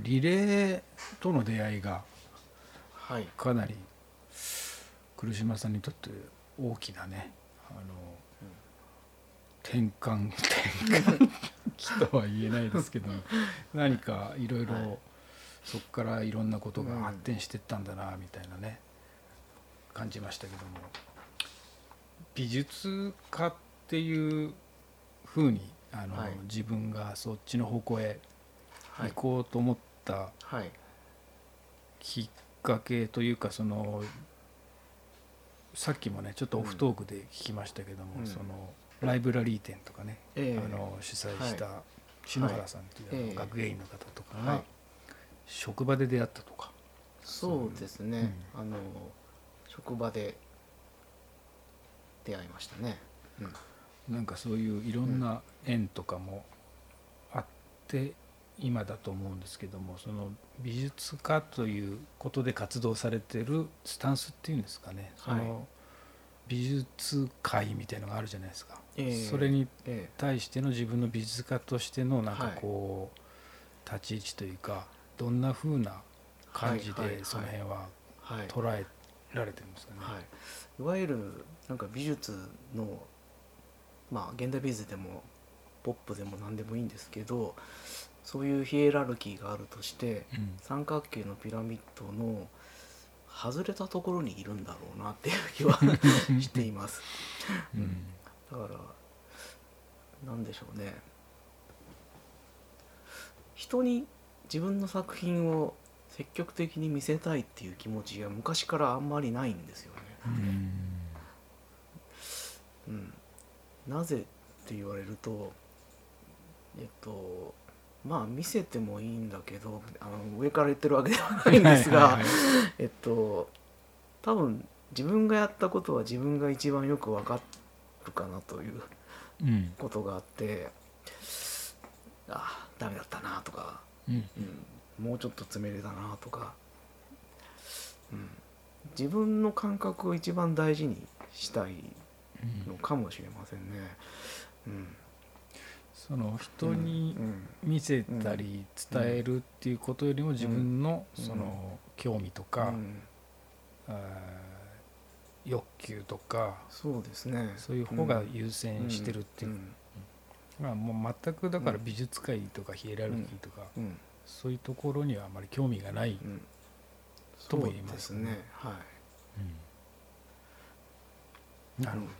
リレーとの出会いがかなり来島さんにとって大きなね転換期とは言えないですけど何かいろいろそこからいろんなことが発展していったんだなみたいなね感じましたけども、美術家っていうふうに自分がそっちの方向へ行こうと思ったきっかけというか、そのさっきもねちょっとオフトークで聞きましたけども、そのライブラリー展とかね、主催した篠原さんという学芸員の方とかが職場で出会ったとか。 そうですね、職場で出会いましたね、 なんかそういういろんな縁とかもあって今だと思うんですけども、その美術家ということで活動されてるスタンスっていうんですかね、その美術界みたいのがあるじゃないですか、それに対しての自分の美術家としてのなんかこう立ち位置というか、どんな風な感じでその辺は捉えられてるんですかね。 いわゆるなんか美術の現代美術でもポップでも何でもいいんですけど、そういうヒエラルキーがあるとして、三角形のピラミッドの外れたところにいるんだろうなっていう気はしています、だからなんでしょうね、人に自分の作品を積極的に見せたいっていう気持ちが昔からあんまりないんですよね。なぜって言われると、見せてもいいんだけど、上から言ってるわけではないんですが、多分自分がやったことは自分が一番よく分かるかなということがあって、ダメだったなとか、もうちょっと詰めれたなとか、自分の感覚を一番大事にしたいのかもしれませんね。 その人に見せたり伝えるっていうことよりも自分のその興味とか欲求とか、 そうですね、 そういう方が優先してるっていう、もう全くだから美術界とかヒエラルキーとかそういうところにはあまり興味がないとも言えますね。なるほ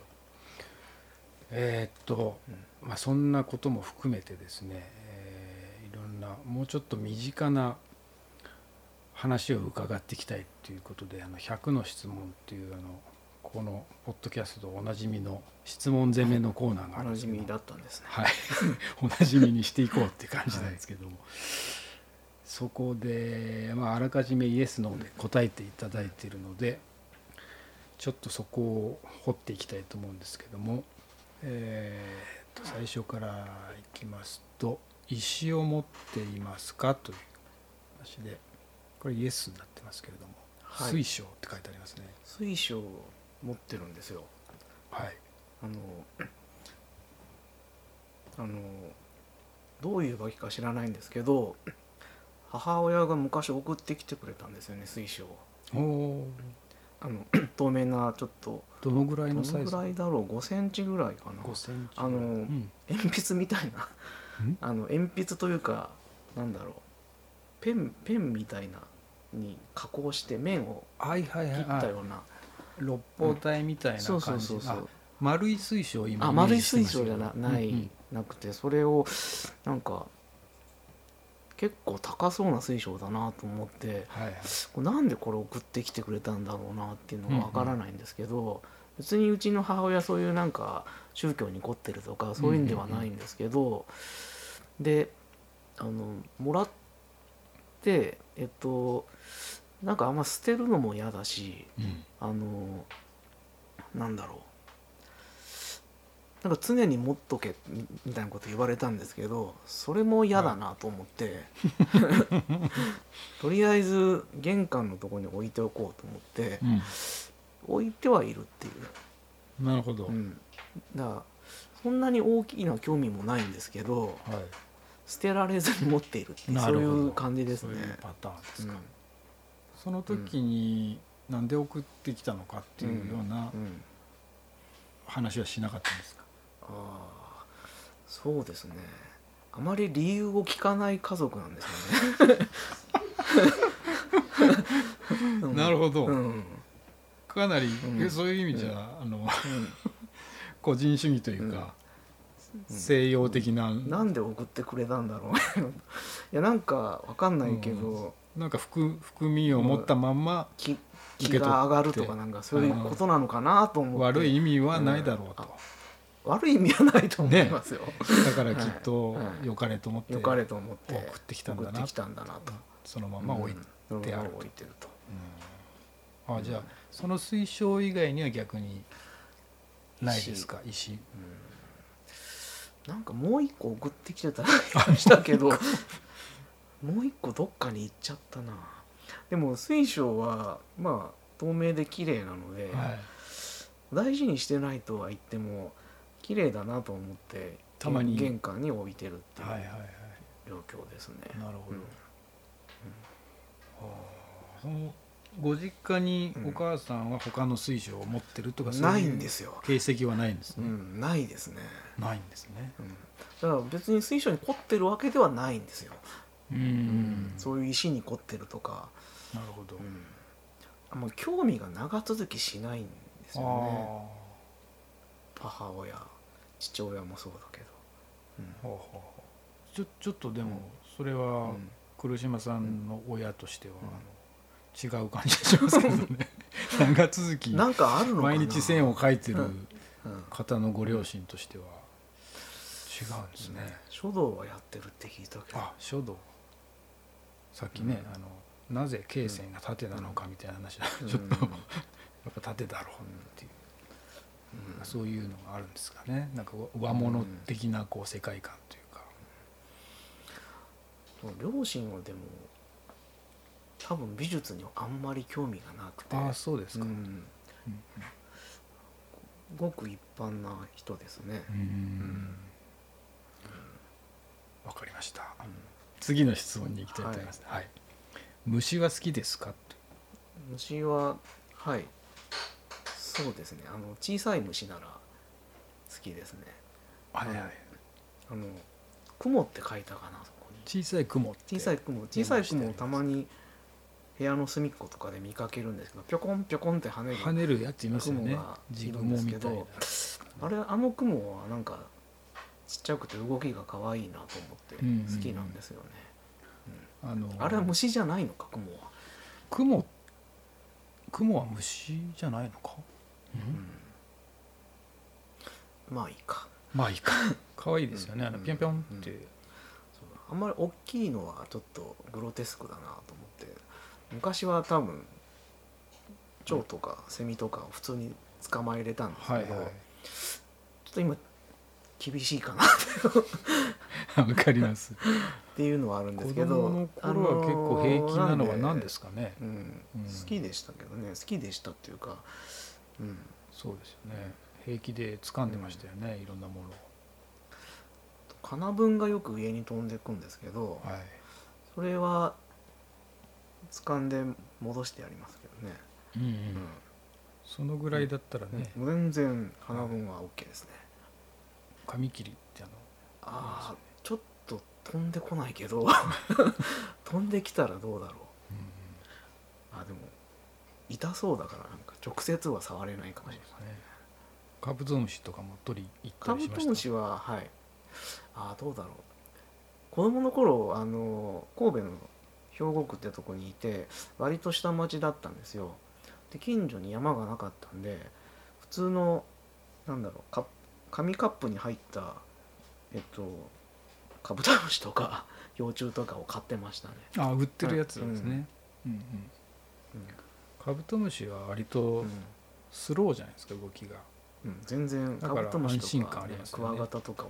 ど。そんなことも含めてですね、いろんなもうちょっと身近な話を伺っていきたいということで、100の質問っていうこのポッドキャストおなじみの質問攻めのコーナーがあるんですけど、 おなじみだったんですね。 おなじみにしていこうっていう感じなんですけども、そこであらかじめイエスノーで答えていただいているので、ちょっとそこを掘っていきたいと思うんですけども、最初からいきますと、石を持っていますかという話で、これイエスになってますけれども、水晶って書いてありますね。 水晶を持ってるんですよ。どういうわけか知らないんですけど、母親が昔送ってきてくれたんですよね、水晶を。透明な、ちょっとどのぐらいのサイズ？ どのぐらいだろう、5センチぐらいかな。 5センチ鉛筆みたいな鉛筆というか、なんだろう、ペンみたいなに加工して面を切ったような六方体みたいな感じ。そう丸い水晶を今イメー丸いジしてましたけど、 水晶じゃなくて、それをなんか結構高そうな水晶だなと思って、なんでこれ送ってきてくれたんだろうなっていうのがわからないんですけど、別にうちの母親そういうなんか宗教に凝ってるとかそういうんではないんですけど、でもらってなんかあんま捨てるのも嫌だし、なんだろう、なんか常に持っとけみたいなこと言われたんですけど、それも嫌だなと思って、とりあえず玄関のところに置いておこうと思って、置いてはいるっていう。 なるほど。 だからそんなに大きな興味もないんですけど、 捨てられずに持っているっていうそういう感じですね。 そういうパターンですか、その時になんで送ってきたのかっていうような話はしなかったんですか？ あ、そうですね、あまり理由を聞かない家族なんですよね。 なるほど、かなり、 うん、 そういう意味じゃ、個人主義というか、西洋的な、 なんで送ってくれたんだろう。いやなんかわかんないけど、 なんか含みを持ったまんま気が上がるとかなんかそういうことなのかなと思って。 悪い意味はないだろうと、 悪い意味はないと思いますよ、 だからきっと良かれと思って送ってきたんだなと、そのまま置いてあると、じゃあその水晶以外には逆にないですか？石、 なんかもう一個送ってきてたりしたけどもう一個どっかに行っちゃったな。でも水晶はまあ透明で綺麗なので、大事にしてないとは言っても綺麗だなと思ってたまに玄関に置いてるっていう状況ですね。 なるほど、ご実家にお母さんは他の水晶を持ってるとか、 ないんですよ。 形跡はないんですね。 ないですね。 ないんですね。 だから別に水晶に凝ってるわけではないんですよ。そういう石に凝ってるとか。 なるほど。 あんま興味が長続きしないんですよね。母親、父親もそうだけど。 ちょっとでもそれは来島さんの親としては違う感じがしますけどね。長続きなんかあるのかな。 毎日線を描いてる方のご両親としては違うんですね。 書道はやってるって聞いたけど。 書道。さっきね、なぜ経線が縦なのかみたいな話はちょっとやっぱ縦だろうっていう、そういうのがあるんですかね。なんか和物的なこう世界観というか。 両親はでも多分美術にはあんまり興味がなくて。 そうですか。 ごく一般な人ですね。 わかりました。次の質問に行きたいと思います。虫は好きですか？ 虫はそうですね。小さい虫なら好きですね。雲って書いたかな、そこに。 小さい雲をたまに部屋の隅っことかで見かけるんですけど、ぴょこんぴょこんって跳ねるやついますよね。 いるんですけど、雲はなんかちっちゃくて動きが可愛いなと思って好きなんですよね。あれは虫じゃないのか、 雲は虫じゃないのか。 まあいいか。 可愛いですよね。ぴょんぴょんって。 あんまり大きいのはちょっとグロテスクだなと思って、昔は多分蝶とかセミとかを普通に捕まえれたんですけど、ちょっと今厳しいかなわかりますっていうのはあるんですけど、 子供の頃は結構平気なのは何ですかね。 好きでしたけどね。好きでしたっていうか、 そうですよね。平気で掴んでましたよね、いろんなものを。 カナブンがよく上に飛んでいくんですけど、それは掴んで戻してやりますけどね。 そのぐらいだったらね、 全然カナブンは OK ですね。 カミキリってちょっと飛んでこないけど飛んできたらどうだろう。でも痛そうだからなんか直接は触れないかもしれない。 カブトムシとかも取り行ったりしました？ カブトムシはどうだろう。子供の頃神戸の兵庫区ってとこにいて、割と下町だったんですよ。で近所に山がなかったんで、普通の紙カップに入ったカブトムシとか幼虫とかを買ってましたね。 売ってるやつですね。カブトムシは割とスローじゃないですか、動きが。 全然カブトムシとかクワガタとかは。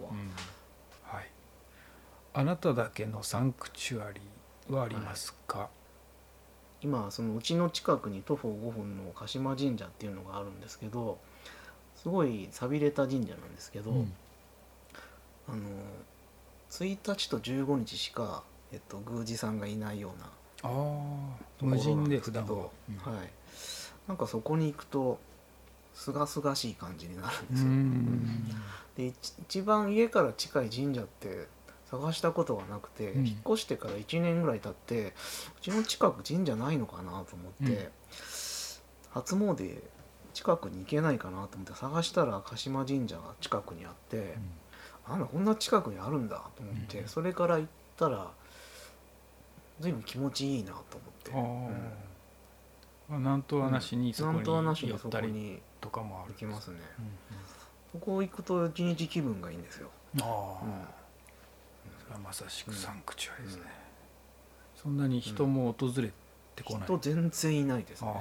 あなただけのサンクチュアリーはありますか？ 今そのうちの近くに徒歩5分の鹿島神社っていうのがあるんですけど、すごい寂れた神社なんですけど、 1日と15日しか、宮司さんがいないような無人で普段は、 はい、なんかそこに行くとすがすがしい感じになるんですよ。で一番家から近い神社って探したことがなくて、引っ越してから1年ぐらい経ってうちの近く神社ないのかなと思って、初詣近くに行けないかなと思って探したら鹿島神社が近くにあって、なんだこんな近くにあるんだと思って、それから行ったら随分気持ちいいなと思って、 なんとはなしにそこに寄ったりとかもある行きますね。ここ行くと一日気分がいいんですよ。 それはまさしくサンクチュアリですね。そんなに人も訪れてこない？ 人全然いないですね。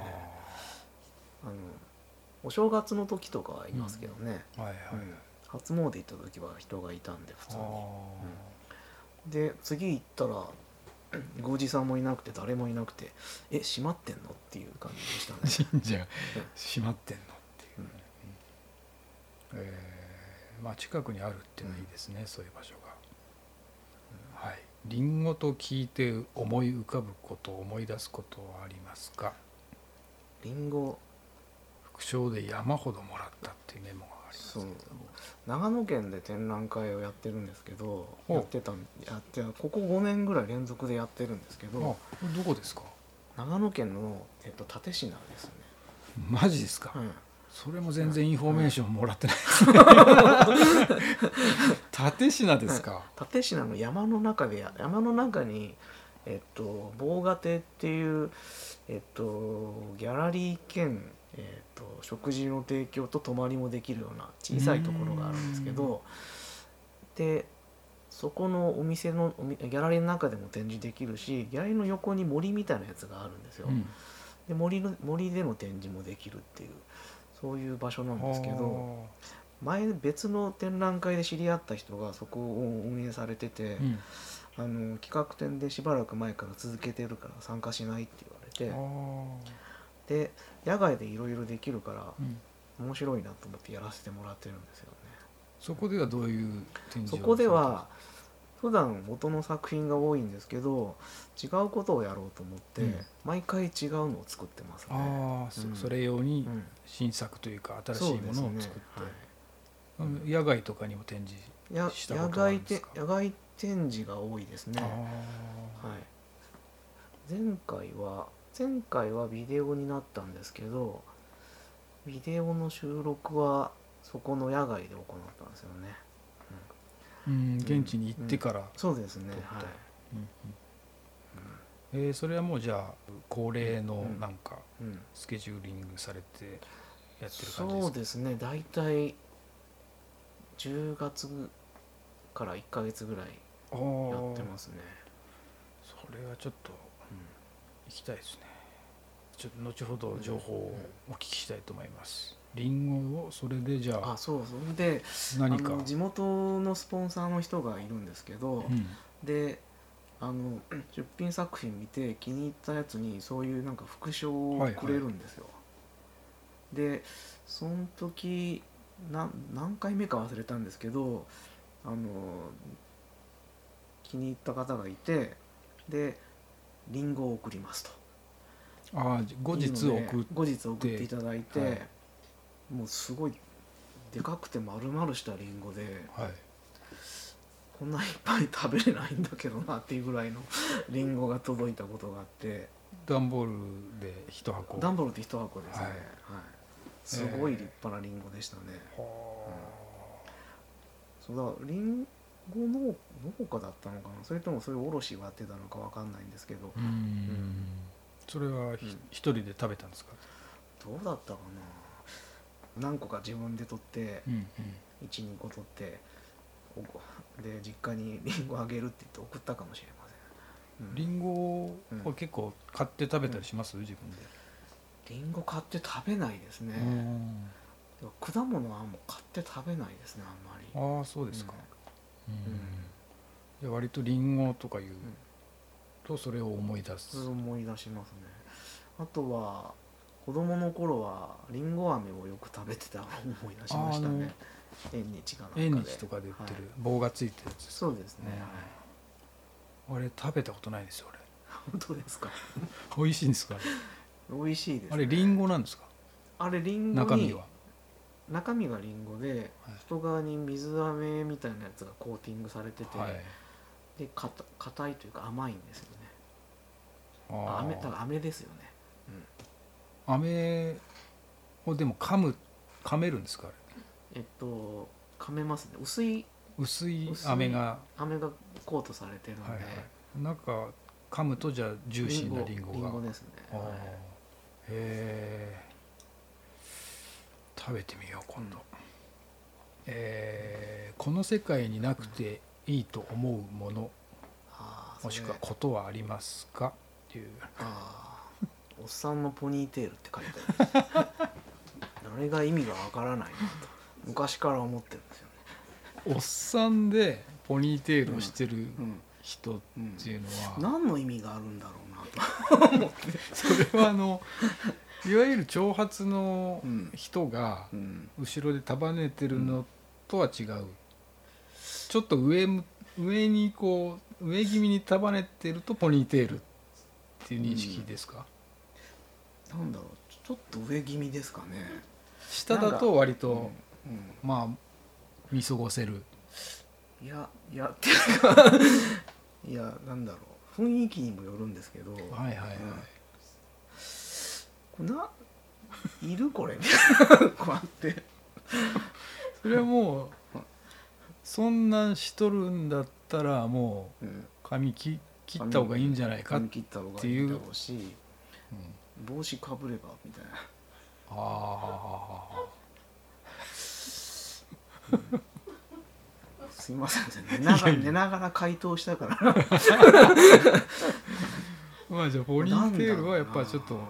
お正月の時とかはいますけどね、初詣行った時は人がいたんで普通に、で次行ったら宮司さんもいなくて誰もいなくて、閉まってんのっていう感じでしたね。 神社閉まってんのっていう、まあ近くにあるっていうのはいいですね、そういう場所が。はい。リンゴと聞いて思い浮かぶこと思い出すことはありますか？ リンゴ副賞で山ほどもらったっていうメモがありますけど、 長野県で展覧会をやってるんですけど、ここ5年ぐらい連続でやってるんですけど、 どこですか？ 長野県の、蓼科ですね。 マジですか？それも全然インフォメーションもらってないですね。蓼科ですか？ 蓼科の山の中に防波堤っていう、ギャラリー兼、食事の提供と泊まりもできるような小さいところがあるんですけど、でそこのお店のギャラリーの中でも展示できるし、ギャラリーの横に森みたいなやつがあるんですよ。で森での展示もできるっていうそういう場所なんですけど、前別の展覧会で知り合った人がそこを運営されてて、企画展でしばらく前から続けてるから参加しないって言われて、で野外でいろいろできるから面白いなと思ってやらせてもらってるんですよね。 そこではどういう展示を？ そこでは普段元の作品が多いんですけど、違うことをやろうと思って、毎回違うのを作ってますね。 それ用に新作というか新しいものを作って、野外とかにも展示したことあるんですか？ 野外展示が多いですね。前回はビデオになったんですけど、ビデオの収録はそこの野外で行ったんですよね。 現地に行ってから。 そうですね。 それはもうじゃあ恒例のなんかスケジューリングされてやってる感じですか？ そうですね。だいたい10月から1ヶ月ぐらいやってますね。 それはちょっと行きたいですね。ちょっと後ほど情報をお聞きしたいと思います。リンゴをそれでじゃあそれで何か地元のスポンサーの人がいるんですけど、で出品作品見て気に入ったやつにそういうなんか副賞をくれるんですよ。でその時何回目か忘れたんですけど、気に入った方がいて、でリンゴを送りますと。 後日送っていただいて、もうすごいでかくて丸々したリンゴで、こんないっぱい食べれないんだけどなっていうぐらいのリンゴが届いたことがあって、 段ボールで1箱。 段ボールで1箱ですね。すごい立派なリンゴでしたね。そうだ、リンゴ農家だったのかな、それともそういう卸をやってたのかわかんないんですけど、 それは一人で食べたんですか？ どうだったかな。何個か自分で取って、1、2個取ってで実家にリンゴあげるって言って送ったかもしれません。 リンゴは結構買って食べたりします？自分で。 リンゴ買って食べないですね。果物はもう買って食べないですね、あんまり。 そうですか。じゃあ割とリンゴとかいうとそれを思い出しますね。 あとは子供の頃はりんご飴をよく食べてたのを思い出しましたね。縁日かなんかで、 縁日とかで売ってる棒がついてるやつですか。 そうですね、 あれ食べたことないですよ。 本当ですか。 美味しいんですか。 美味しいです、ね、 あれリンゴなんですか。 あれリンゴに中身がリンゴで、外側に水飴みたいなやつがコーティングされてて、で硬いというか甘いんですよね。だから飴ですよね。 飴をでも噛めるんですか。 噛めますね。薄い飴がコートされてるので、 なんか噛むとじゃあジューシーなリンゴが。 リンゴですね。 へえ、食べてみよう今度。この世界になくていいと思うもの、もしくはことはありますかっていう。 おっさんのポニーテールって書いてある。あれが意味がわからないなと昔から思ってるんですよね。 おっさんでポニーテールをしてる人っていうのは、 何の意味があるんだろうなと思って。 それはいわゆる長髪の人が後ろで束ねてるのとは違う。ちょっと上にこう上気味に束ねてるとポニーテールっていう認識ですか。 なんだろう、ちょっと上気味ですかね。 下だと割とまあ見過ごせる。 いやっていうかいや、なんだろう、雰囲気にもよるんですけど、いるこれみたいな、こうやってそれはもうそんなんしとるんだったらもう髪切った方がいいんじゃないかっていう。 帽子かぶればみたいな。すいません、寝ながら回答したからまあじゃあポニーテールはやっぱちょっと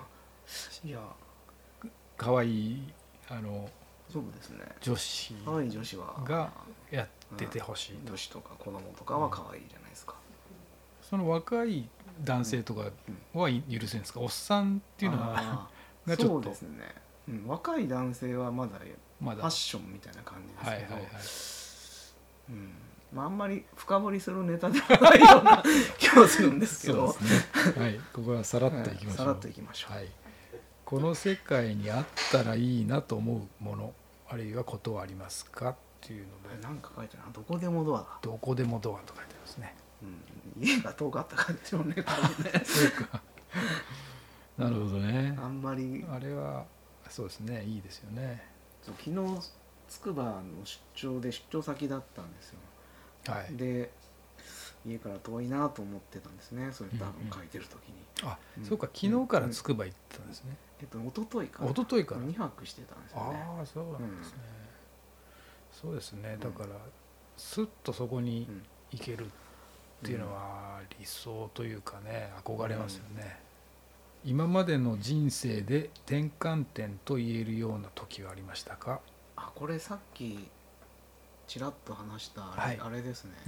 可愛いそうですね、 女子がやっててほしい。 女子とか子供とかは可愛いじゃないですか。 その若い男性とかは許せるんですか。おっさんっていうのはがちょっと。 そうですね、若い男性はまだファッションみたいな感じですけど、あんまり深掘りするネタではないような気もするんですけど、 そうですね。はい、ここはさらっといきましょう。 さらっといきましょう。 この世界にあったらいいなと思うもの、あるいはことはありますかっていうので、 なんか書いてあるな。どこでもドアだ。 どこでもドアと書いてありますね。 家が遠かったからでしょうね、多分ね。 そうか。なるほどね。 あんまりあれはそうですね、いいですよね。 昨日つくばの出張先だったんですよ。で家から遠いなと思ってたんですね。それ多分書いてる時に。 そうか、昨日からつくば行ったんですね。 一昨日から2泊してたんですよね。 そうなんですね。そうですね。だからスッとそこに行けるっていうのは理想というかね、憧れますよね。今までの人生で転換点と言えるような時はありましたか。 これさっきちらっと話したあれですね。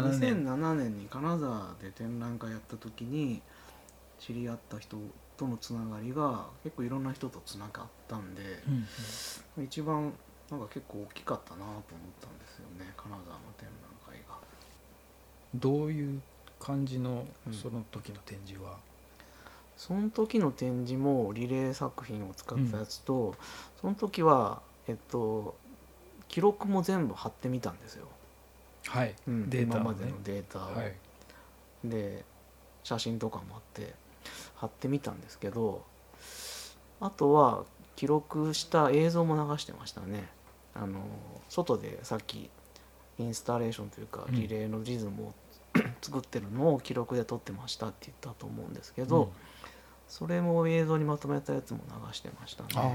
2007 年に金沢で展覧会やった時に知り合った人とのつながりが結構いろんな人とつながったんで、一番なんか結構大きかったなと思ったんですよね、金沢の展覧会が。 どういう感じのその時の展示は。 その時の展示もリレー作品を使ったやつと、その時は記録も全部貼ってみたんですよ。今までのデータを、で写真とかもあって貼ってみたんですけど、あとは記録した映像も流してましたね。外でさっきインスタレーションというかリレーのリズムを作ってるのを記録で撮ってましたって言ったと思うんですけど、それも映像にまとめたやつも流してましたね。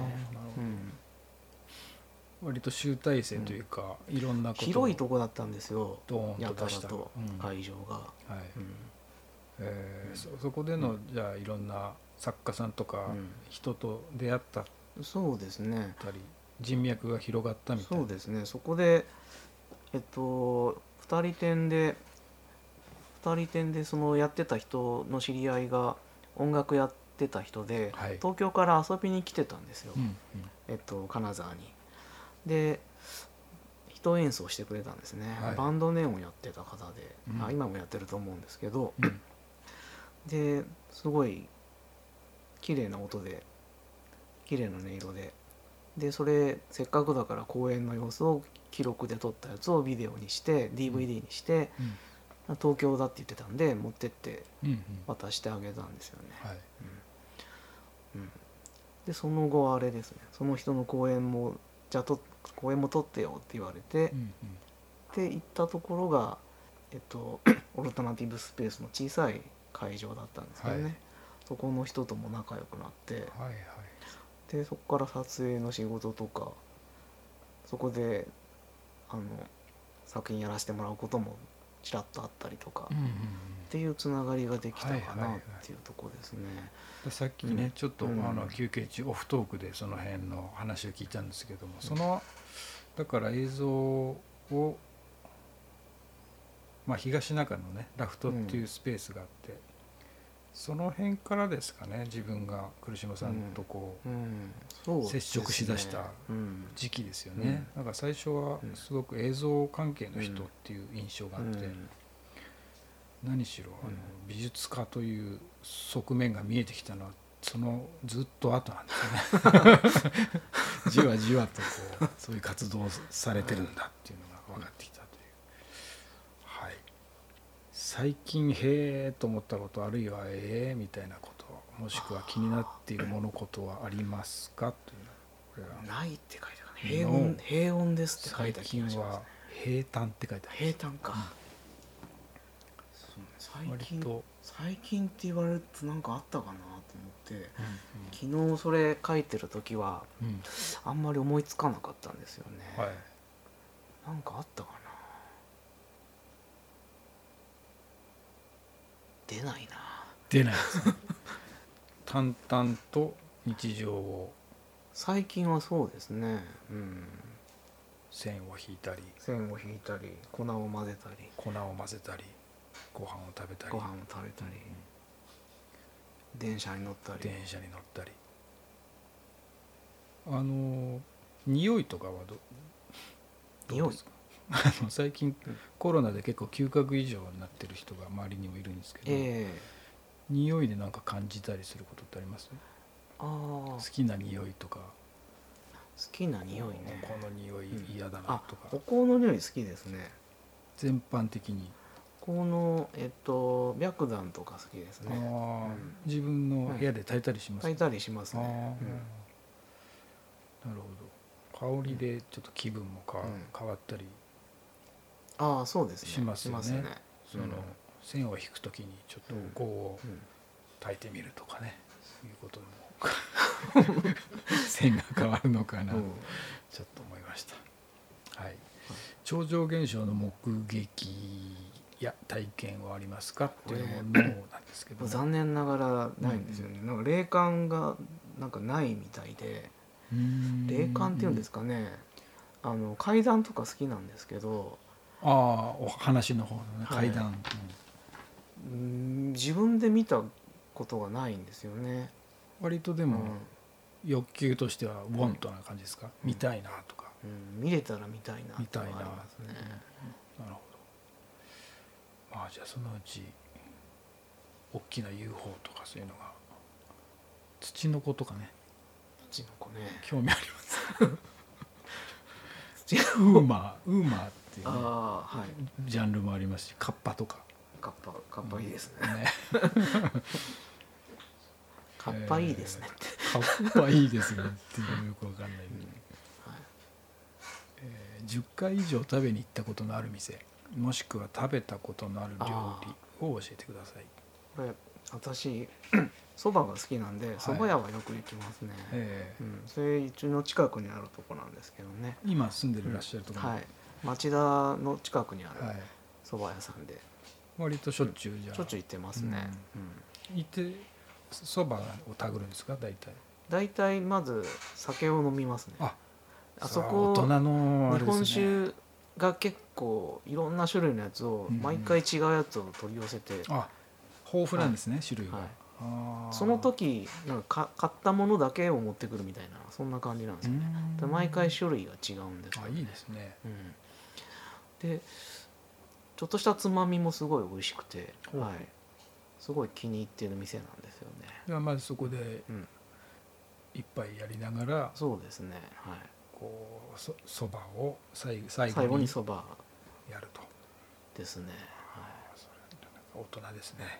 割と集大成というか、いろんなこと広いとこだったんですよ、 やたらと会場が。 そこでのじゃあいろんな作家さんとか人と出会った、 そうですね、 人脈が広がったみたいな。 そうですね。そこで2人展でそのやってた人の知り合いが音楽やっってた人で、 はい、 東京から遊びに来てたんですよ、 うん金沢に。で一演奏してくれたんですね、 はい、 バンドネオンやってた方で、 うん、 今もやってると思うんですけど、 うん、 ですごい綺麗な音で綺麗な音色で、それせっかくだから公演の様子を記録で撮ったやつをビデオにして DVD にして、東京だって言ってたんで持ってって渡してあげたんですよね、 はい、 でその後あれですね、その人の公演もじゃあ公演も撮ってよって言われて、で行ったところがオルタナティブスペースの小さい会場だったんですけどね、はい、そこの人とも仲良くなって、はいはい、でそこから撮影の仕事とかそこで作品やらせてもらうこともちらっとあったりとか、っていうつながりができたかなっていうところですね。 さっきね、ちょっと休憩中オフトークでその辺の話を聞いたんですけども、だから映像を、東中のねラフトっていうスペースがあって、その辺からですかね、自分が来島さんと接触しだした時期ですよね。だから最初はすごく映像関係の人っていう印象があって、何しろ美術家という側面が見えてきたのはそのずっと後なんですよねじわじわとそういう活動をされてるんだっていうのが分かってきたという、はい、最近へえと思ったこと、あるいはみたいなこと、もしくは気になっているものことはありますかというのは、これはないって書いてある、平穏ですって書いてある気がしますね。 最近は平坦って書いてある。 平坦か、最近って言われると何かあったかなと思って、昨日それ書いてる時は、あんまり思いつかなかったんですよね、はい、なんかあったかな。出ないです淡々と日常を最近はそうですね、 線を引いたり粉を混ぜたりご飯を食べたり、 電車に乗ったり、 匂いとかはどうですか最近コロナで結構嗅覚異常になってる人が周りにもいるんですけど、匂いで何か感じたりすることってあります？好きな匂いとか。 好きな匂いね。 この匂い嫌だなとか。 お香の匂い好きですね。 全般的に。 この白檀とか好きですね。 自分の部屋で焚いたりします？ 焚いたりしますね。 なるほど。香りでちょっと気分も変わったり。 そうですね。 しますよね。その線を引くときにちょっと香を焚いてみるとかね、そういうことも線が変わるのかな、ちょっと思いました。はい。超常現象の目撃や体験はありますかっていうのもノーなんですけど、 残念ながらないんですよね。なんか霊感がなんかないみたいで、霊感っていうんですかね。怪談とか好きなんですけど。 お話の方のね、怪談、 自分で見たことがないんですよね。 割とでも、欲求としてはウォントな感じですか？見たいなとか、 見れたら見たいなみたいな。 なるほど。じゃあそのうち大きな UFO とかそういうのが、土の子とかね、 土の子ね、 興味ありますウーマーっていうね、ジャンルもありますし、カッパとか。 カッパいいですね。カッパいいですねって。 カッパいいですねっていうのよくわかんないけど、10回以上食べに行ったことのある店、もしくは食べたことのある料理を教えてください。 これ私蕎麦が好きなんで蕎麦屋はよく行きますね。それうちの近くにあるとこなんですけどね。 今住んでらっしゃるところ、 町田の近くにある蕎麦屋さんで割としょっちゅうしょっちゅう行ってますね。 行って蕎麦をたぐるんですか？ 大体まず酒を飲みますね。あそこ大人の日本酒が結構いろんな種類のやつを毎回違うやつを取り寄せて、 豊富なんですね、種類が。 その時なんか買ったものだけを持ってくるみたいなそんな感じなんですよね。毎回種類が違うんですよね。 いいですね。 でちょっとしたつまみもすごい美味しくて、すごい気に入っている店なんですよね。 ではまずそこで一杯やりながら、 そうですね、 こうそばを最後にそばやるとですね。 大人ですね。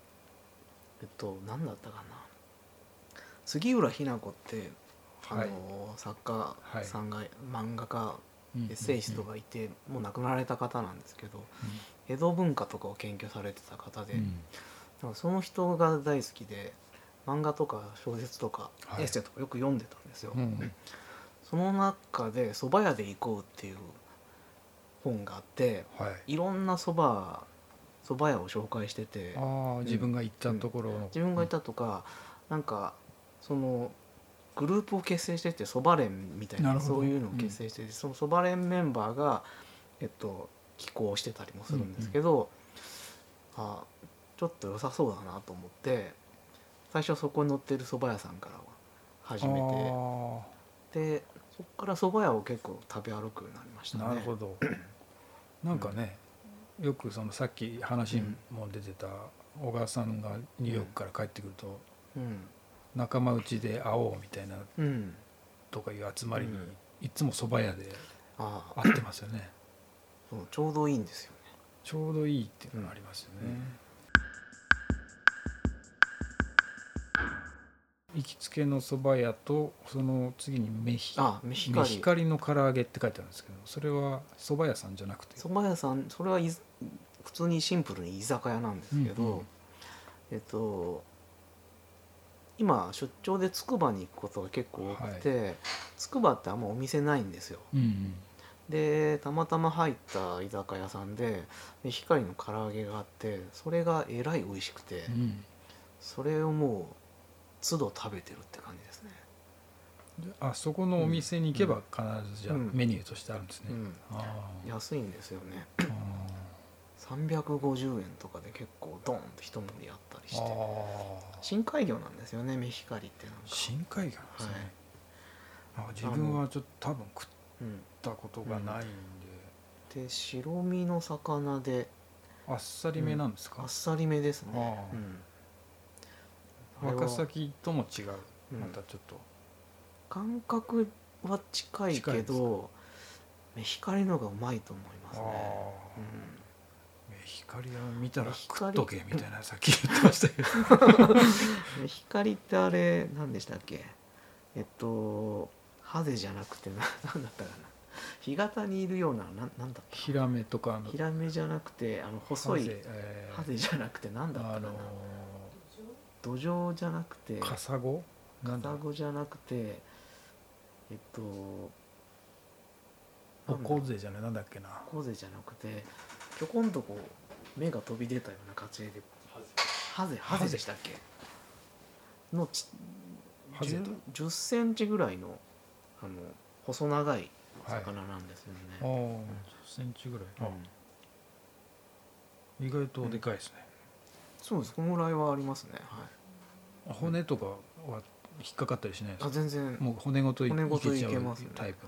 何だったかな、杉浦日奈子って作家さんが、漫画家、エッセイストがいて、もう亡くなられた方なんですけど、江戸文化とかを研究されてた方で、その人が大好きで漫画とか小説とかエッセイとかよく読んでたんですよ。その中で「蕎麦屋で行こう」っていう本があって、いろんな蕎麦屋を紹介してて、 自分が行ったところの、 自分が行ったとか、なんかそのグループを結成してて、蕎麦連みたいなそういうのを結成してて、その蕎麦連メンバーが寄稿してたりもするんですけど、ちょっと良さそうだなと思って最初そこに載ってる蕎麦屋さんから始めて、でそこから蕎麦屋を結構食べ歩くようになりましたね。 なるほど。なんかね、よくそのさっき話も出てた小川さんがニューヨークから帰ってくると、仲間内で会おうみたいなとかいう集まりにいつも蕎麦屋で会ってますよね。 ちょうどいいんですよね。 ちょうどいいっていうのがありますよね。行きつけの蕎麦屋とその次にメヒカリの唐揚げって書いてあるんですけど、それは蕎麦屋さんじゃなくて、 蕎麦屋さん、それは普通にシンプルに居酒屋なんですけど、今出張でつくばに行くことが結構多くて、つくばってあんまお店ないんですよ。でたまたま入った居酒屋さんでメヒカリの唐揚げがあって、それがえらい美味しくて、それをもう都度食べてるって感じですね。 そこのお店に行けば必ずじゃあメニューとしてあるんですね。 安いんですよね。350円とかで結構ドーンと一盛りあったりして、深海魚なんですよね、メヒカリって。なんか深海魚なんですね。自分はちょっと多分食ったことがないんで。 で白身の魚であっさりめなんですか？ あっさりめですね。 若崎とも違う、またちょっと感覚は近いけどメヒカリの方がうまいと思いますね。 メヒカリは見たら食っとけみたいなさっき言ってましたけどメヒカリってあれ何でしたっけ、ハゼじゃなくて何だったかな、干潟にいるような何だったか、 ヒラメとかヒラメじゃなくて細いハゼじゃなくて何だったかな、土壌じゃなくてカサゴじゃなくてオコゼじゃない、なんだっけな、 オコゼじゃなくてちょこんとこう目が飛び出たような感じでハゼでしたっけの10センチぐらいの細長い魚なんですよね。 10センチぐらい、意外とでかいですね。 そうです、このぐらいはありますね。 骨とかは引っかかったりしないですか？ 全然もう骨ごといけちゃうタイプ。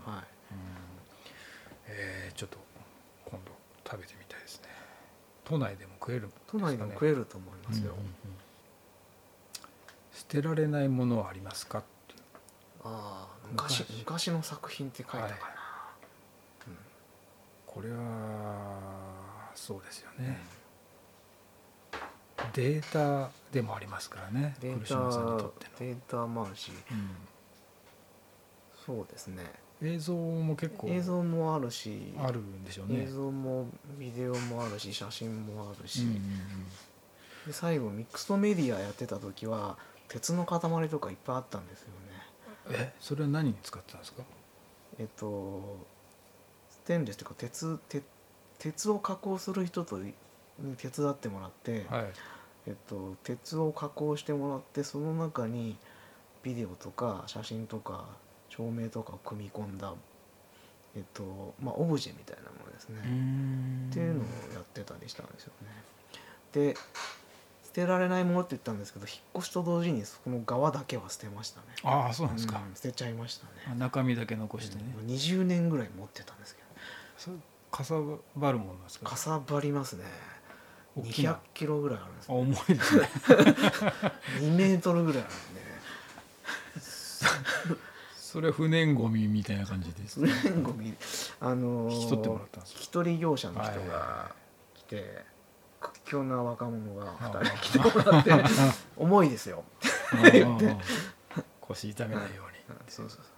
ちょっと今度食べてみたいですね。都内でも食えるんですかね？ 都内でも食えると思いますよ。 捨てられないものはありますかっていう。 昔の作品って書いたかな。 これはそうですよね。データでもありますからね。 データもあるし、そうですね。 映像も結構映像もあるし、 あるんでしょうね。 映像もビデオもあるし、写真もあるし、で最後ミックストメディアやってた時は鉄の塊とかいっぱいあったんですよね。それは何に使ってたんですか？ ステンレスというか鉄を加工する人に手伝ってもらって、鉄を加工してもらって、その中にビデオとか写真とか照明とかを組み込んだ、オブジェみたいなものですねっていうのをやってたりしたんですよね。でスてられないものって言ったんですけど、引っ越しと同時にその側だけは捨てましたね。 ああそうなんですか、 捨てちゃいましたね。 中身だけ残してね、 20年ぐらい持ってたんですけど、 それかさばるものなんですか？ かさばりますね。200キロぐらいあるんですよ、 重いですね 2メートルぐらいあるんでそれは不燃ゴミみたいな感じですね。 不燃ゴミ、 引き取ってもらったんですか？ 引き取り業者の人が来て、屈強な若者が2人来てもらって重いですよって言って腰痛めないようにそうそうそう、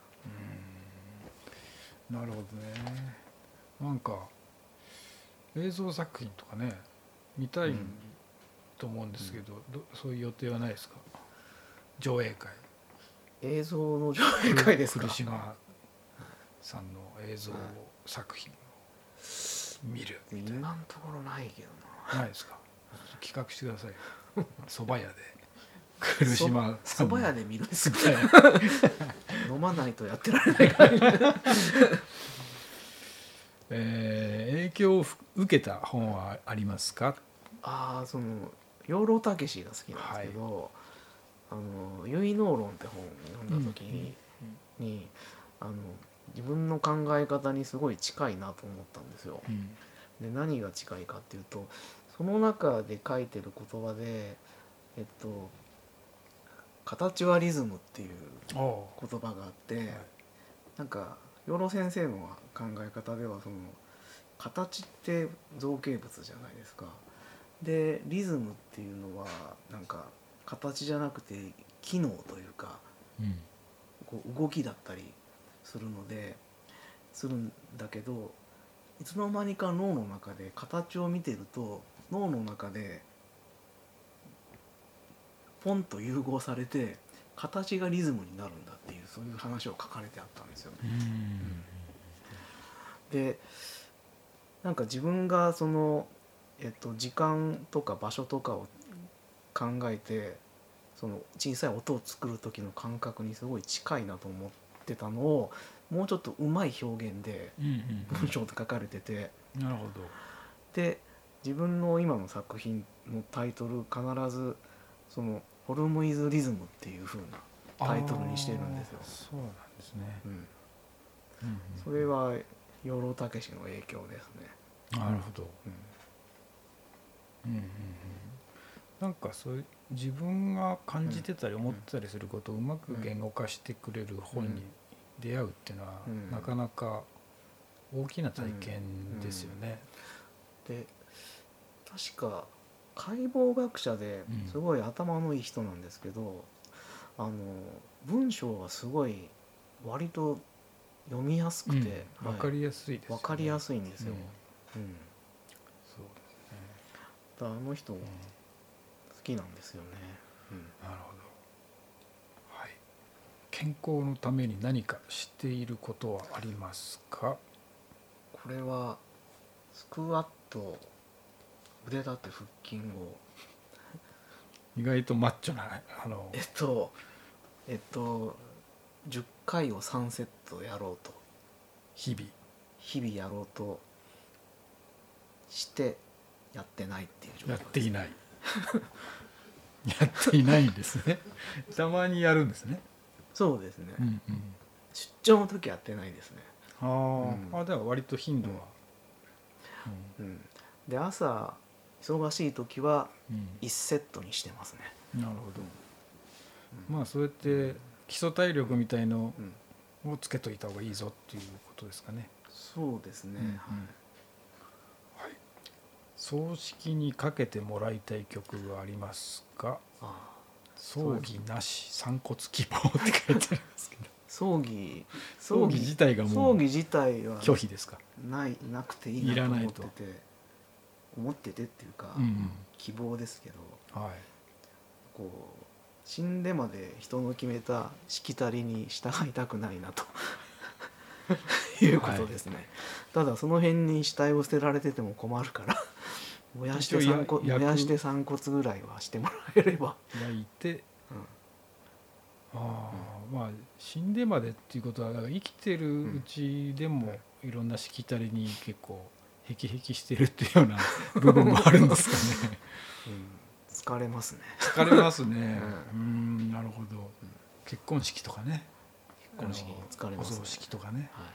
なるほどね。なんか映像作品とかね見たいと思うんですけど、そういう予定はないですか？上映会、 映像の上映会ですか？ 来島さんの映像作品を見るみたいな。 今のところないけどな。 ないですか？企画してくださいよ蕎麦屋で来島さんの蕎麦屋で見るんですか？ 蕎麦屋飲まないとやってられないから影響を受けた本はありますか？ ああ、その養老孟司が好きなんですけど、結納論って本を読んだ時に、自分の考え方にすごい近いなと思ったんですよ。で、何が近いかっていうと、その中で書いてる言葉で、形はリズムっていう言葉があって、なんか養老先生の考え方では、その形って造形物じゃないですか。でリズムっていうのはなんか形じゃなくて機能というか、こう動きだったりするんだけど、いつの間にか脳の中で形を見てると、脳の中でポンと融合されて形がリズムになるんだっていう、そういう話を書かれてあったんですよね。でなんか自分がその時間とか場所とかを考えて、その小さい音を作る時の感覚にすごい近いなと思ってたのを、もうちょっとうまい表現で文章で書かれてて、 なるほど。 で自分の今の作品のタイトル必ずその「フォルム・イズ・リズム」っていう風なタイトルにしてるんですよ。 そうなんですね。 それは養老孟司の影響ですね。 なるほど。なんかそういう自分が感じてたり思ってたりすることをうまく言語化してくれる本に出会うっていうのはなかなか大きな体験ですよね。 で確か解剖学者ですごい頭のいい人なんですけど、文章がすごい割と読みやすくて、 分かりやすいですよね。 分かりやすいんですよ。 そうですね。 だからあの人好きなんですよね。 なるほど。はい。健康のために何かしていることはありますか？ これはスクワット、腕立て、腹筋を意外とマッチョな 10回を3セットやろうと日々 やろうとしてやってないっていう状況です。 やっていないやっていないんですね。たまにやるんですね。 そうですね。出張の時やってないですね。 では割と頻度は、 で朝忙しい時は1セットにしてますね。 なるほど。まあそうやって基礎体力みたいのをつけといた方がいいぞっていうことですかね。 そうですね。 はい。葬式にかけてもらいたい曲がありますか？葬儀なし散骨希望って書いてありますけど葬儀自体がもう葬儀自体は拒否ですか？ なくていいなと思っててっていうか、希望ですけど、こう死んでまで人の決めたしきたりに従いたくないなということですね。ただその辺に死体を捨てられてても困るから燃やして散骨ぐらいはしてもらえれば。 焼いて、まあ死んでまでっていうことは生きてるうちでもいろんなしきたりに結構へきへきしてるっていうような部分もあるんですかね。 疲れますね。 疲れますね。なるほど。結婚式とかね。 結婚式疲れますね。 お葬式とかね。 はい、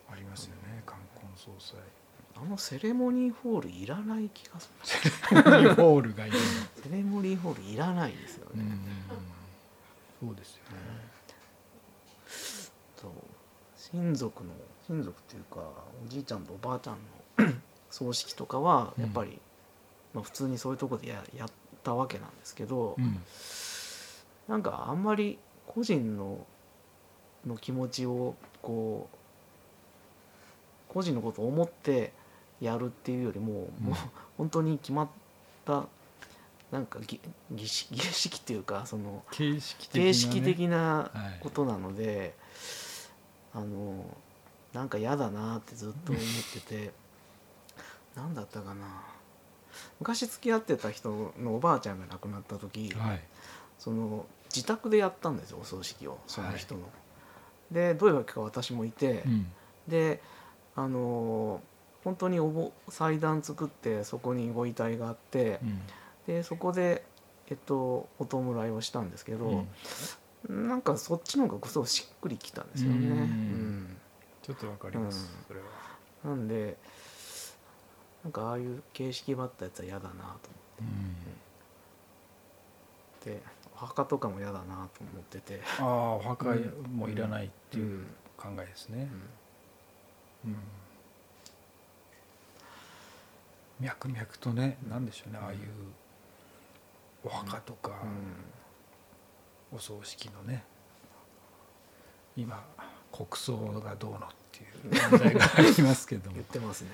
ありますよね。冠婚葬祭。 セレモニーホールいらない気がする。セレモニーホールがいる。 セレモニーホールいらないですよね。 そうですよね。 そう、親族っていうかおじいちゃんとおばあちゃんの葬式とかはやっぱり、普通にそういうとこでやったわけなんですけど、なんかあんまり個人の気持ちをこう個人のことを思ってやるっていうよりも、もう本当に決まったなんか儀式っていうかその形式的なことなので、なんか嫌だなってずっと思ってて何だったかな、昔付き合ってた人のおばあちゃんが亡くなった時、その自宅でやったんですよ、お葬式をその人の。でどういうわけか私もいて、で本当に祭壇作ってそこにご遺体があって、でそこで、お弔いをしたんですけど、なんかそっちの方がすごいしっくりきたんですよね。 ちょっとわかります、それは。 なんでなんかああいう形式ばったやつは嫌だなと思って、でお墓とかも嫌だなと思ってて、 お墓もいらないっていう考えですね。脈々とね、なんでしょうね、ああいうお墓とかお葬式のね、今国葬がどうのっていう問題がありますけども言ってますね。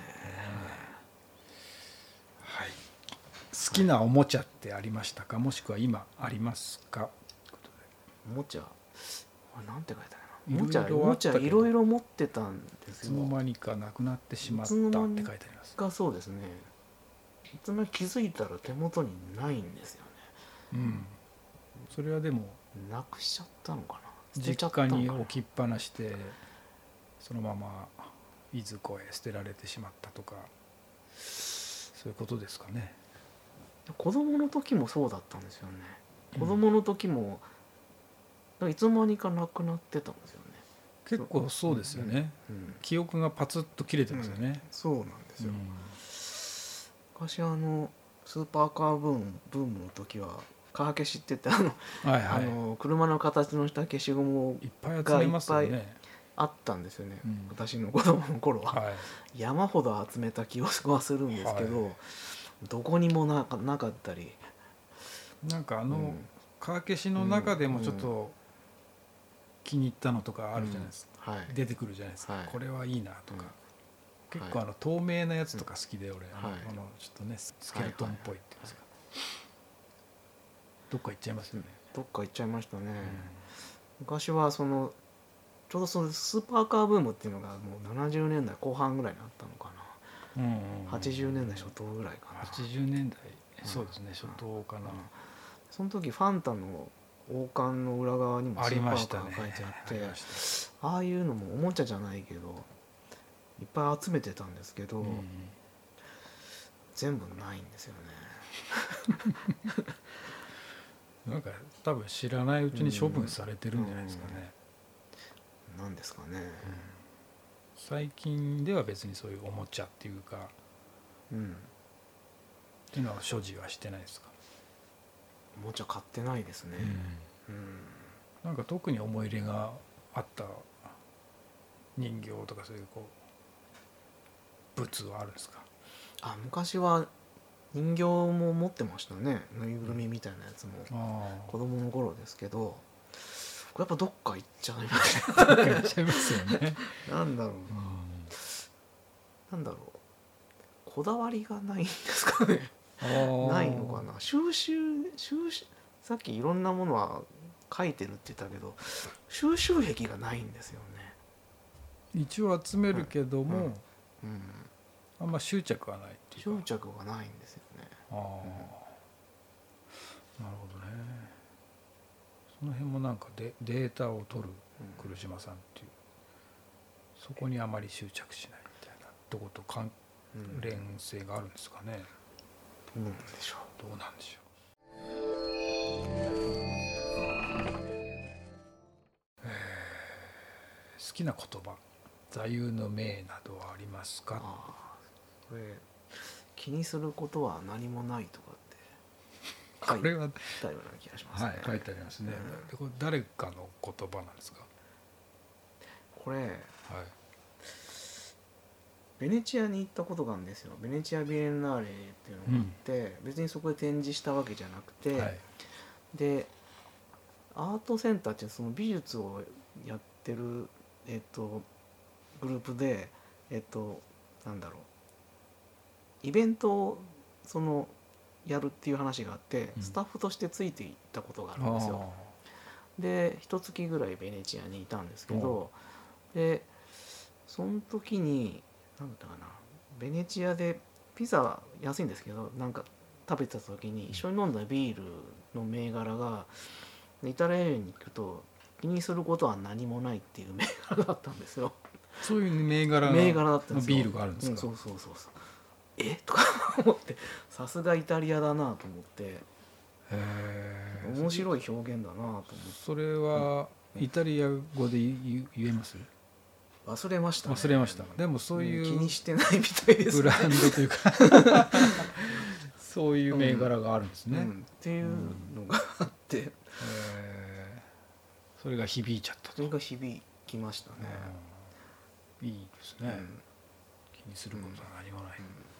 はい。好きなおもちゃってありましたか、もしくは今ありますか。 おもちゃ、なんて書いてあるの、おもちゃいろいろ持ってたんですよ。 いつの間にかなくなってしまったって書いてありますが。そうですね、いつも気づいたら手元にないんですよね。 それはでもなくしちゃったのかな、捨てちゃった実家に置きっぱなしてそのままいずこへ捨てられてしまったとか、そういうことですかね。 子供の時もそうだったんですよね。子供の時もいつの間にかなくなってたんですよね。 結構そうですよね。記憶がパツッと切れてますよね。 そうなんですよ。昔スーパーカーブームの時はカー消しって言って車の形のした消しゴムいっぱい集めますよね。 あったんですよね、私の子供の頃は、山ほど集めた記憶はするんですけど、どこにもなかったり、 なんかカー消しの中でもちょっと気に入ったのとかあるじゃないですか、出てくるじゃないですか、これはいいなとか、結構透明なやつとか好きで、俺ちょっとねスケルトンっぽいっていうんですか、どっか行っちゃいますよね。 どっか行っちゃいましたね。昔はちょうどそのスーパーカーブームっていうのがもう70年代後半ぐらいになったのかな、80年代初頭ぐらいかな。 80年代、そうですね、初頭かな。 その時ファンタの王冠の裏側にもスーパーカー書いてあって、ああいうのもおもちゃじゃないけどいっぱい集めてたんですけど、全部ないんですよね。 なんか多分知らないうちに処分されてるんじゃないですかね。 なんですかね。 最近では別にそういうおもちゃっていうか、っていうのは所持はしてないですか。 おもちゃ買ってないですね。 なんか特に思い入れがあった人形とかそういう物はあるんですか。 昔は人形も持ってましたね、ぬいぐるみみたいなやつも子供の頃ですけど、やっぱどっか行っちゃいますどっか行っちゃいますよね。 なんだろう、こだわりがないんですかね。ないのかな。収集さっきいろんなものは書いてるって言ったけど収集癖がないんですよね。 一応集めるけども、あんま執着はないっていうか。 執着がないんですよね。 なるほどね。その辺もなんかデータを取る来島さんっていう、そこにあまり執着しないみたいなとこと関連性があるんですかね。 どうなんでしょどうなんでしょう。好きな言葉、座右の銘などはありますか？ これ気にすることは何もないとかって書いこれはたような気がしますね。 はい、書いてありますね。でこれ誰かの言葉なんですか？ これはい。 ベネチアに行ったことがあるんですよ。ベネチアビエンナーレっていうのがあって、別にそこで展示したわけじゃなくて、 はい、 でアートセンターっていうその美術をやってる、グループでなんだろう、イベントをそのやるっていう話があって、スタッフとしてついていったことがあるんですよ。で一月ぐらいベネチアにいたんですけど、でその時に何だったかな、ベネチアでピザ安いんですけど、なんか食べた時に一緒に飲んだビールの銘柄がイタリア人に聞くと気にすることは何もないっていう銘柄だったんですよ。 そういう銘柄だったんですよ。 ビールがあるんですか？ そうとか思って、さすがイタリアだなと思って、面白い表現だなと思って。 それはイタリア語で言えます？ 忘れましたね。 忘れました。でもそういう気にしてないみたいですね。 ブランドというかそういう銘柄があるんですね。 っていうのがあって、 それが響いちゃったと。 それが響きましたね。 いいですね。気にすることは何もない。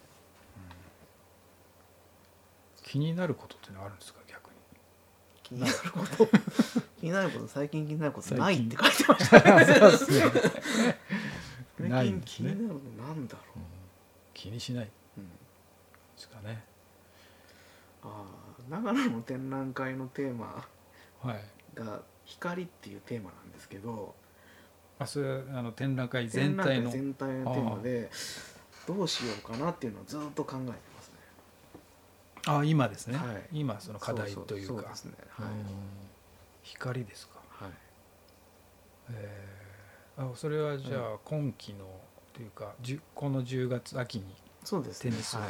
気になることってのはあるんですか？逆に気になること気になること、最近気になることないって書いてましたね。 そうですね。ないんですね。 気になることなんだろう。 気にしないですかね。 長野の展覧会のテーマが光っていうテーマなんですけど、 それ展覧会全体のテーマでどうしようかなっていうのをずっと考えてますね。 今ですね。 はい、 今その課題というか。 そうですね。はい。 光ですか。 はい。 それはじゃあ今期のというかこの10月秋に展示する。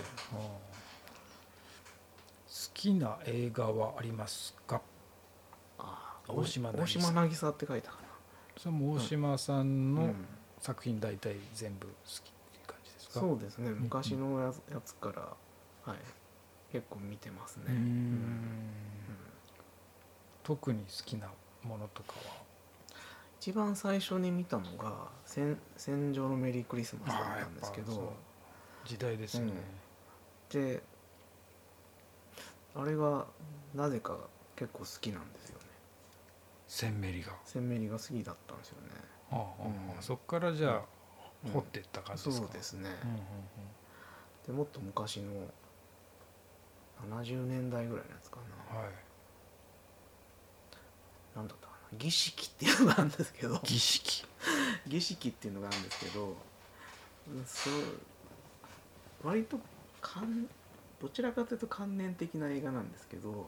好きな映画はありますか？大島渚って書いたかな。 それも大島さんの作品大体全部好きっていう感じですか？ そうですね。昔のやつから、はい、結構見てますね。 特に好きなものとかは？ 一番最初に見たのが戦場のメリークリスマスだったんですけど、 時代ですよね。 であれがなぜか結構好きなんですよね。 センメリが好きだったんですよね。 そっからじゃあ掘っていった感じですか？ そうですね。でもっと昔の70年代ぐらいのやつかな。なんだったかな、儀式っていうのがあるんですけど儀式っていうのがあるんですけど、割とどちらかというと観念的な映画なんですけど、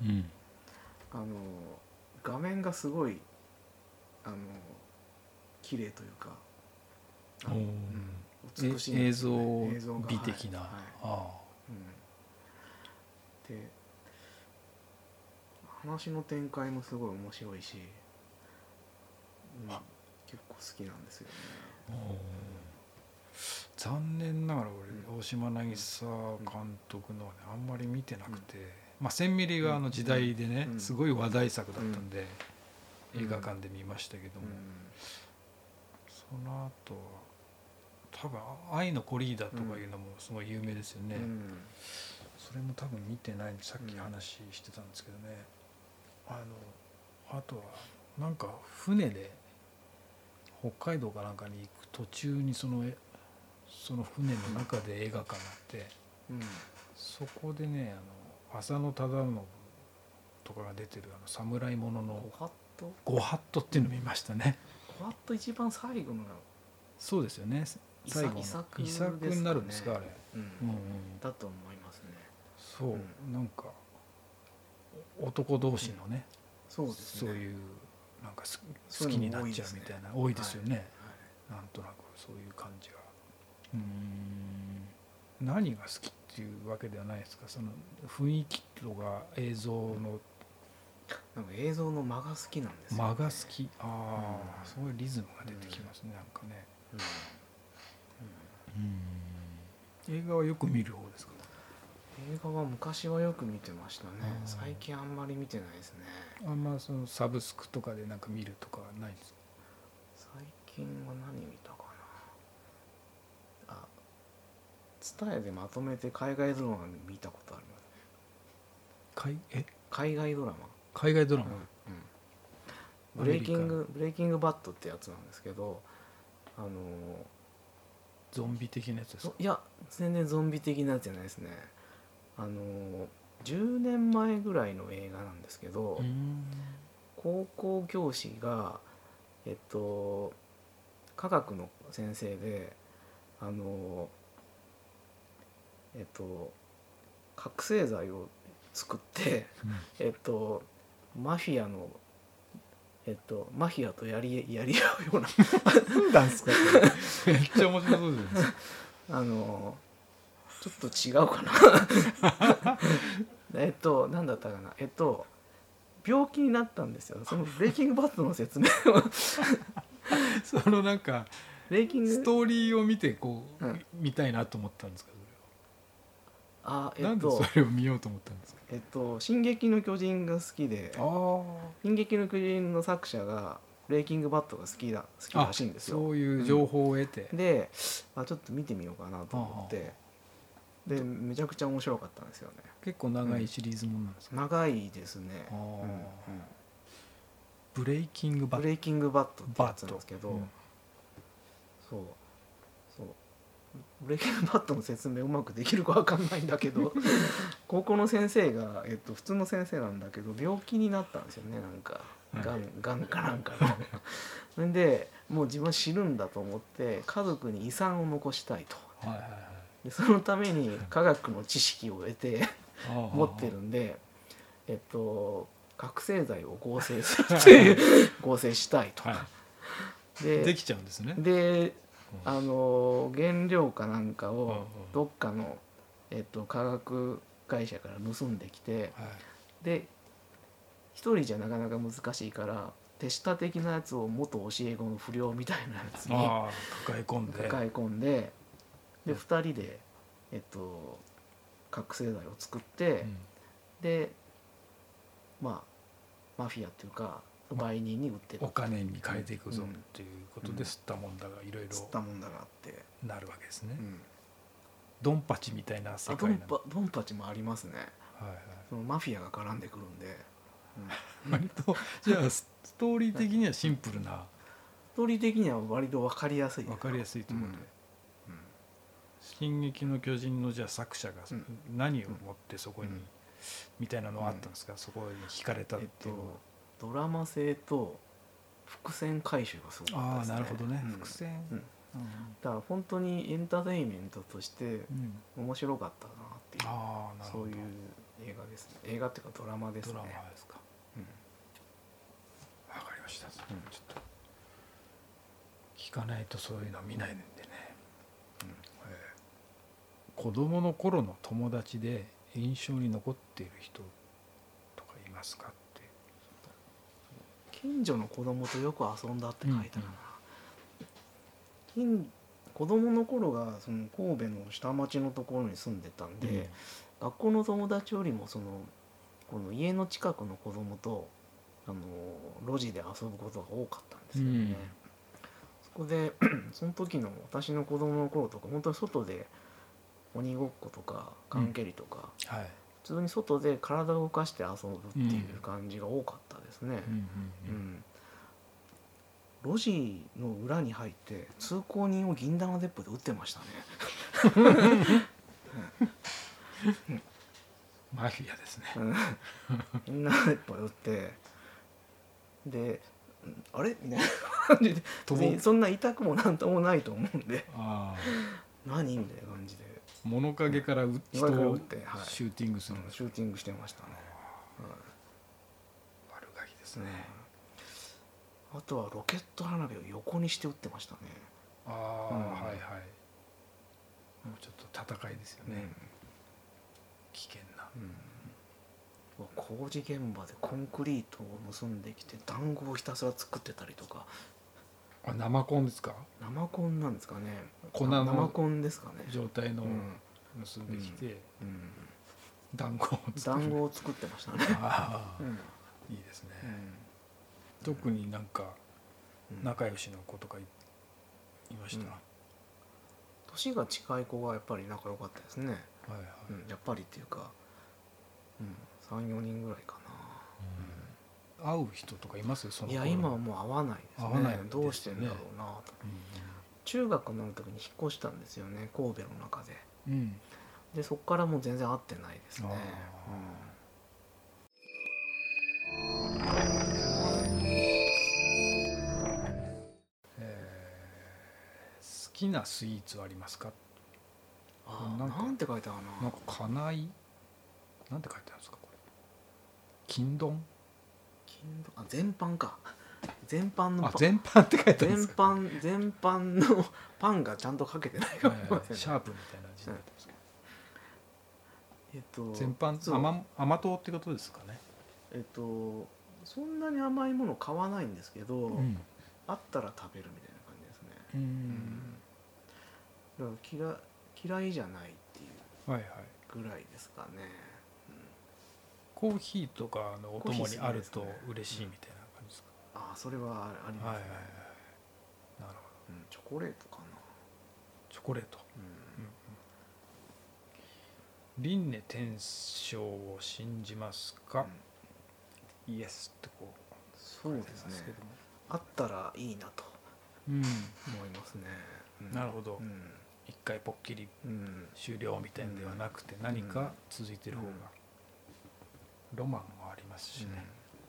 画面がすごい綺麗というか、美しい、 映像美的な。 で話の展開もすごい面白いし、結構好きなんですよね。 残念ながら俺大島渚監督のあんまり見てなくて、1000ミリが時代でねすごい話題作だったんで映画館で見ましたけども、その後は多分「愛のコリーダ」とかいうのもすごい有名ですよね。それも多分見てないんでさっき話してたんですけどね。あとはなんか船で北海道かなんかに行く途中にその船の中で映画館があって、そこでね浅野忠信とかが出てる侍もののご法度っていうのを見ましたね。 ご法度一番最後の。 そうですよね。最後の遺作になるんですかあれ。 だと思いますね。 そう、なんか男同士のね、そういうなんか好きになっちゃうみたいな多いですよね。なんとなくそういう感じが。何が好きってっていうわけではないですか。その雰囲気とか映像のなんか映像の間が好きなんですよ、ね、 間が好き。ああ、すごいリズムが出てきますね、なんかね。映画はよく見る方ですか。 映画は昔はよく見てましたね。最近あんまり見てないですね。 あんまそのサブスクとかでなんか見るとかはないですか。 最近は何見たかな。あ、TSUTAYAでまとめて海外ドラマ見たことありますね。海外ドラマ。 海外ドラマ、 ブレイキングバットってやつなんですけど、 ゾンビ的なやつですか。 いや全然ゾンビ的なやつじゃないですね。10年前ぐらいの映画なんですけど、高校教師が科学の先生で覚醒剤を作って、マフィアとやり合うようななんですかめっちゃ面白そうですちょっと違うかな何だったかな、病気になったんですよ。そのブレイキングバットの説明をそのなんかブレイキングストーリーを見てこう、見たいなと思ったんですか。なんでそれを見ようと思ったんですか。 進撃の巨人が好きで、進撃の巨人の作者がブレイキングバットが好きらしいんですよ。 そういう情報を得て、 でちょっと見てみようかなと思って、でめちゃくちゃ面白かったんですよね。 結構長いシリーズものなんですか。 長いですね。 ブレイキングバットってやつなんですけど、そうブレイキングバットの説明うまくできるか分かんないんだけど高校の先生が、普通の先生なんだけど病気になったんですよね。なんかがんかなんかのそれでもう自分は死ぬんだと思って家族に遺産を残したいと、でそのために科学の知識を得て持ってるんで、覚醒剤を合成するという合成したいと、 できちゃうんですね。 で原料かなんかをどっかの、化学会社から盗んできて、で一人じゃなかなか難しいから手下的なやつを元教え子の不良みたいなやつに抱え込んでで2人で、覚醒剤を作って、でマフィアっていうか売人に売ってる、 お金に変えていくぞっていうことで吸ったもんだがいろいろ吸ったもんだがあってなるわけですね。ドンパチみたいな世界なの。 ドンパチもありますね。そのマフィアが絡んでくるんで、 割とじゃあストーリー的にはシンプルな、 ストーリー的には割と分かりやすいということで、 進撃の巨人のじゃあ作者が何を持ってそこにみたいなのはあったんですか。そこに惹かれたっていう、 ドラマ性と伏線回収がすごかったですね。 なるほどね、伏線、 だから本当にエンターテインメントとして面白かったなっていう、そういう映画ですね。映画っていうかドラマですね。 ドラマですか。わかりました。ちょっと聞かないとそういうの見ないんでね。子供の頃の友達で印象に残っている人とかいますかって。 近所の子供とよく遊んだって書いてあるな。子供の頃がその神戸の下町のところに住んでたんで、学校の友達よりもこの家の近くの子供と路地で遊ぶことが多かったんですよね。そこでその時の私の子供の頃とか本当に外で鬼ごっことか缶蹴りとか、普通に外で体を動かして遊ぶっていう感じが多かったですね。路地の裏に入って通行人を銀玉鉄砲で撃ってましたね。 マフィアですね。 銀玉鉄砲で撃ってであれみたいな感じでそんな痛くもなんともないと思うんで何みたいな感じで物陰から人をシューティングする、 シューティングしてましたね。 悪ガキですね。 あとはロケット花火を横にして撃ってましたね。 はいはい。もうちょっと戦いですよね。 危険な、 工事現場でコンクリートを盗んできて団子をひたすら作ってたりとか。 あ、生コンですか？ 生コンなんですかね。 粉の生コンですかね。 状態の盗んできて、団子を作る。 団子を作ってましたね。 ああ、いいですね。特になんか仲良しの子とかいました？ 年が近い子がやっぱり仲良かったですね。 はいはい。 やっぱりっていうか、3、4人ぐらいかな。 会う人とかいます？そのいや今はもう会わないですね。 会わないですね。 どうしてんだろうなと。中学の時に引っ越したんですよね、神戸の中で。でそこからもう全然会ってないですね。 好きなスイーツはありますか？ なんて書いてあるな。 なんか家内なんて書いてあるんですかこれ？金丼？ 全般か。全般の全般って書いてあるんですか？ 全般のパンがちゃんとかけてないかもしれませんね。 シャープみたいな字になってますけど。全般甘党ってことですかね。 そんなに甘いもの買わないんですけど、あったら食べるみたいな感じですね。だから嫌いじゃないっていうぐらいですかね。 コーヒーとかのお供にあると嬉しいみたいな感じですか？ それはありますね。 なるほど。 チョコレートかな。 チョコレート。輪廻転生を信じますか？イエスってこう。 そうですね。あったらいいなと思いますね。 なるほど。一回ポッキリ終了みたいなのではなくて、何か続いてる方がロマンもありますしね。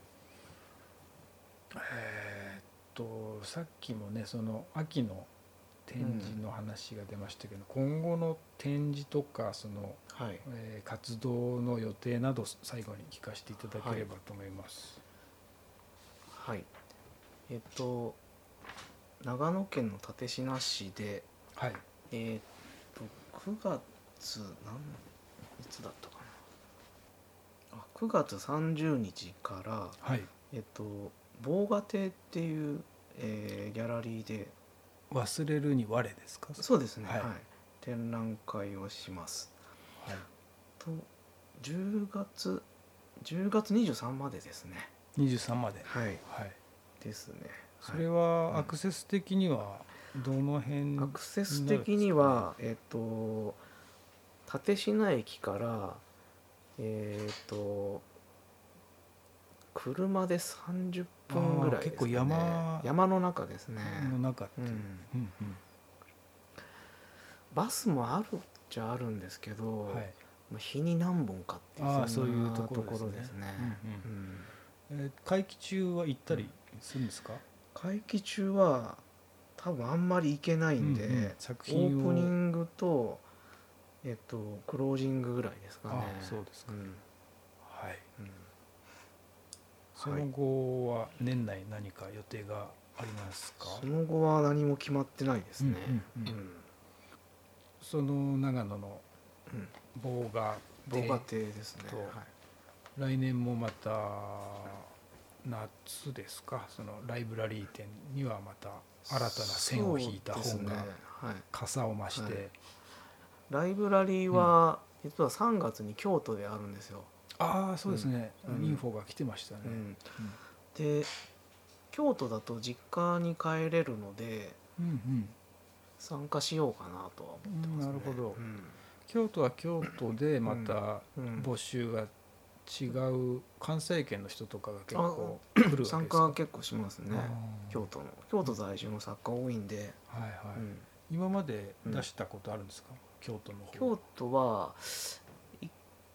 さっきもねその秋の展示の話が出ましたけど、今後の展示とかその、活動の予定など最後に聞かせていただければと思います。 はい。長野県の立科市で、9月いつだったかな。9月30日から、防河亭っていう、ギャラリーで忘れるに我ですか？ そうですね。展覧会をします。10月23までですね。 23まで。 ですね。 それはアクセス的にはどの辺？ アクセス的には立科駅から車で30分ぐらいですね。結構山の中ですね。バスもあるっちゃあるんですけど、日に何本かっていうそういうところですね。 会期中は行ったりするんですか？ 会期中は多分あんまり行けないんで、オープニングとクロージングぐらいですかね。 そうですか。その後は年内何か予定がありますか？ その後は何も決まってないですね。 その長野の防河亭ですね。 来年もまた夏ですか、そのライブラリー展にはまた新たな線を引いた本が傘を増して、 ライブラリーは実は3月に京都であるんですよ。 そうですね、インフォが来てましたね。 で京都だと実家に帰れるので、参加しようかなとは思ってますね。 なるほど。京都は京都でまた募集が違う関西圏の人とかが結構来るわけですか？ 参加は結構しますね。京都在住の作家多いんで。 今まで出したことあるんですか？京都の方。 京都は1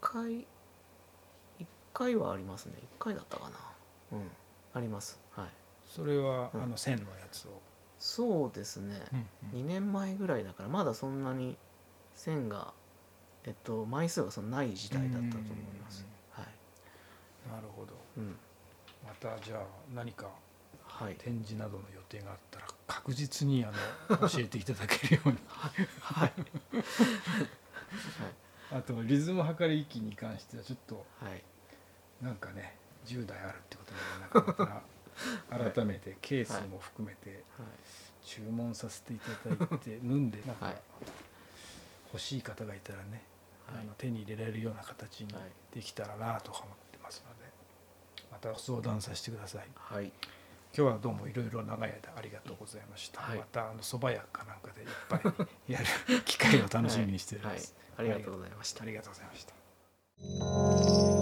回はありますね。1回だったかな。あります。 それは線のやつを。 そうですね。2年前ぐらいだからまだそんなに線が枚数がそんなない時代だったと思います。 なるほど。またじゃあ何か展示などの予定があったら確実に教えていただけるように。 あとリズム測り機に関してはちょっとはいなんかね10台あるってことでなかなか改めてケースも含めて注文させていただいて縫んでなんか欲しい方がいたらね手に入れられるような形にできたらなとか思ってますのでまた相談させてください。 はい、 今日はどうもいろいろ長い間ありがとうございました。また蕎麦屋かなんかでいっぱいやる機会を楽しみにしております。 ありがとうございました。 ありがとうございました。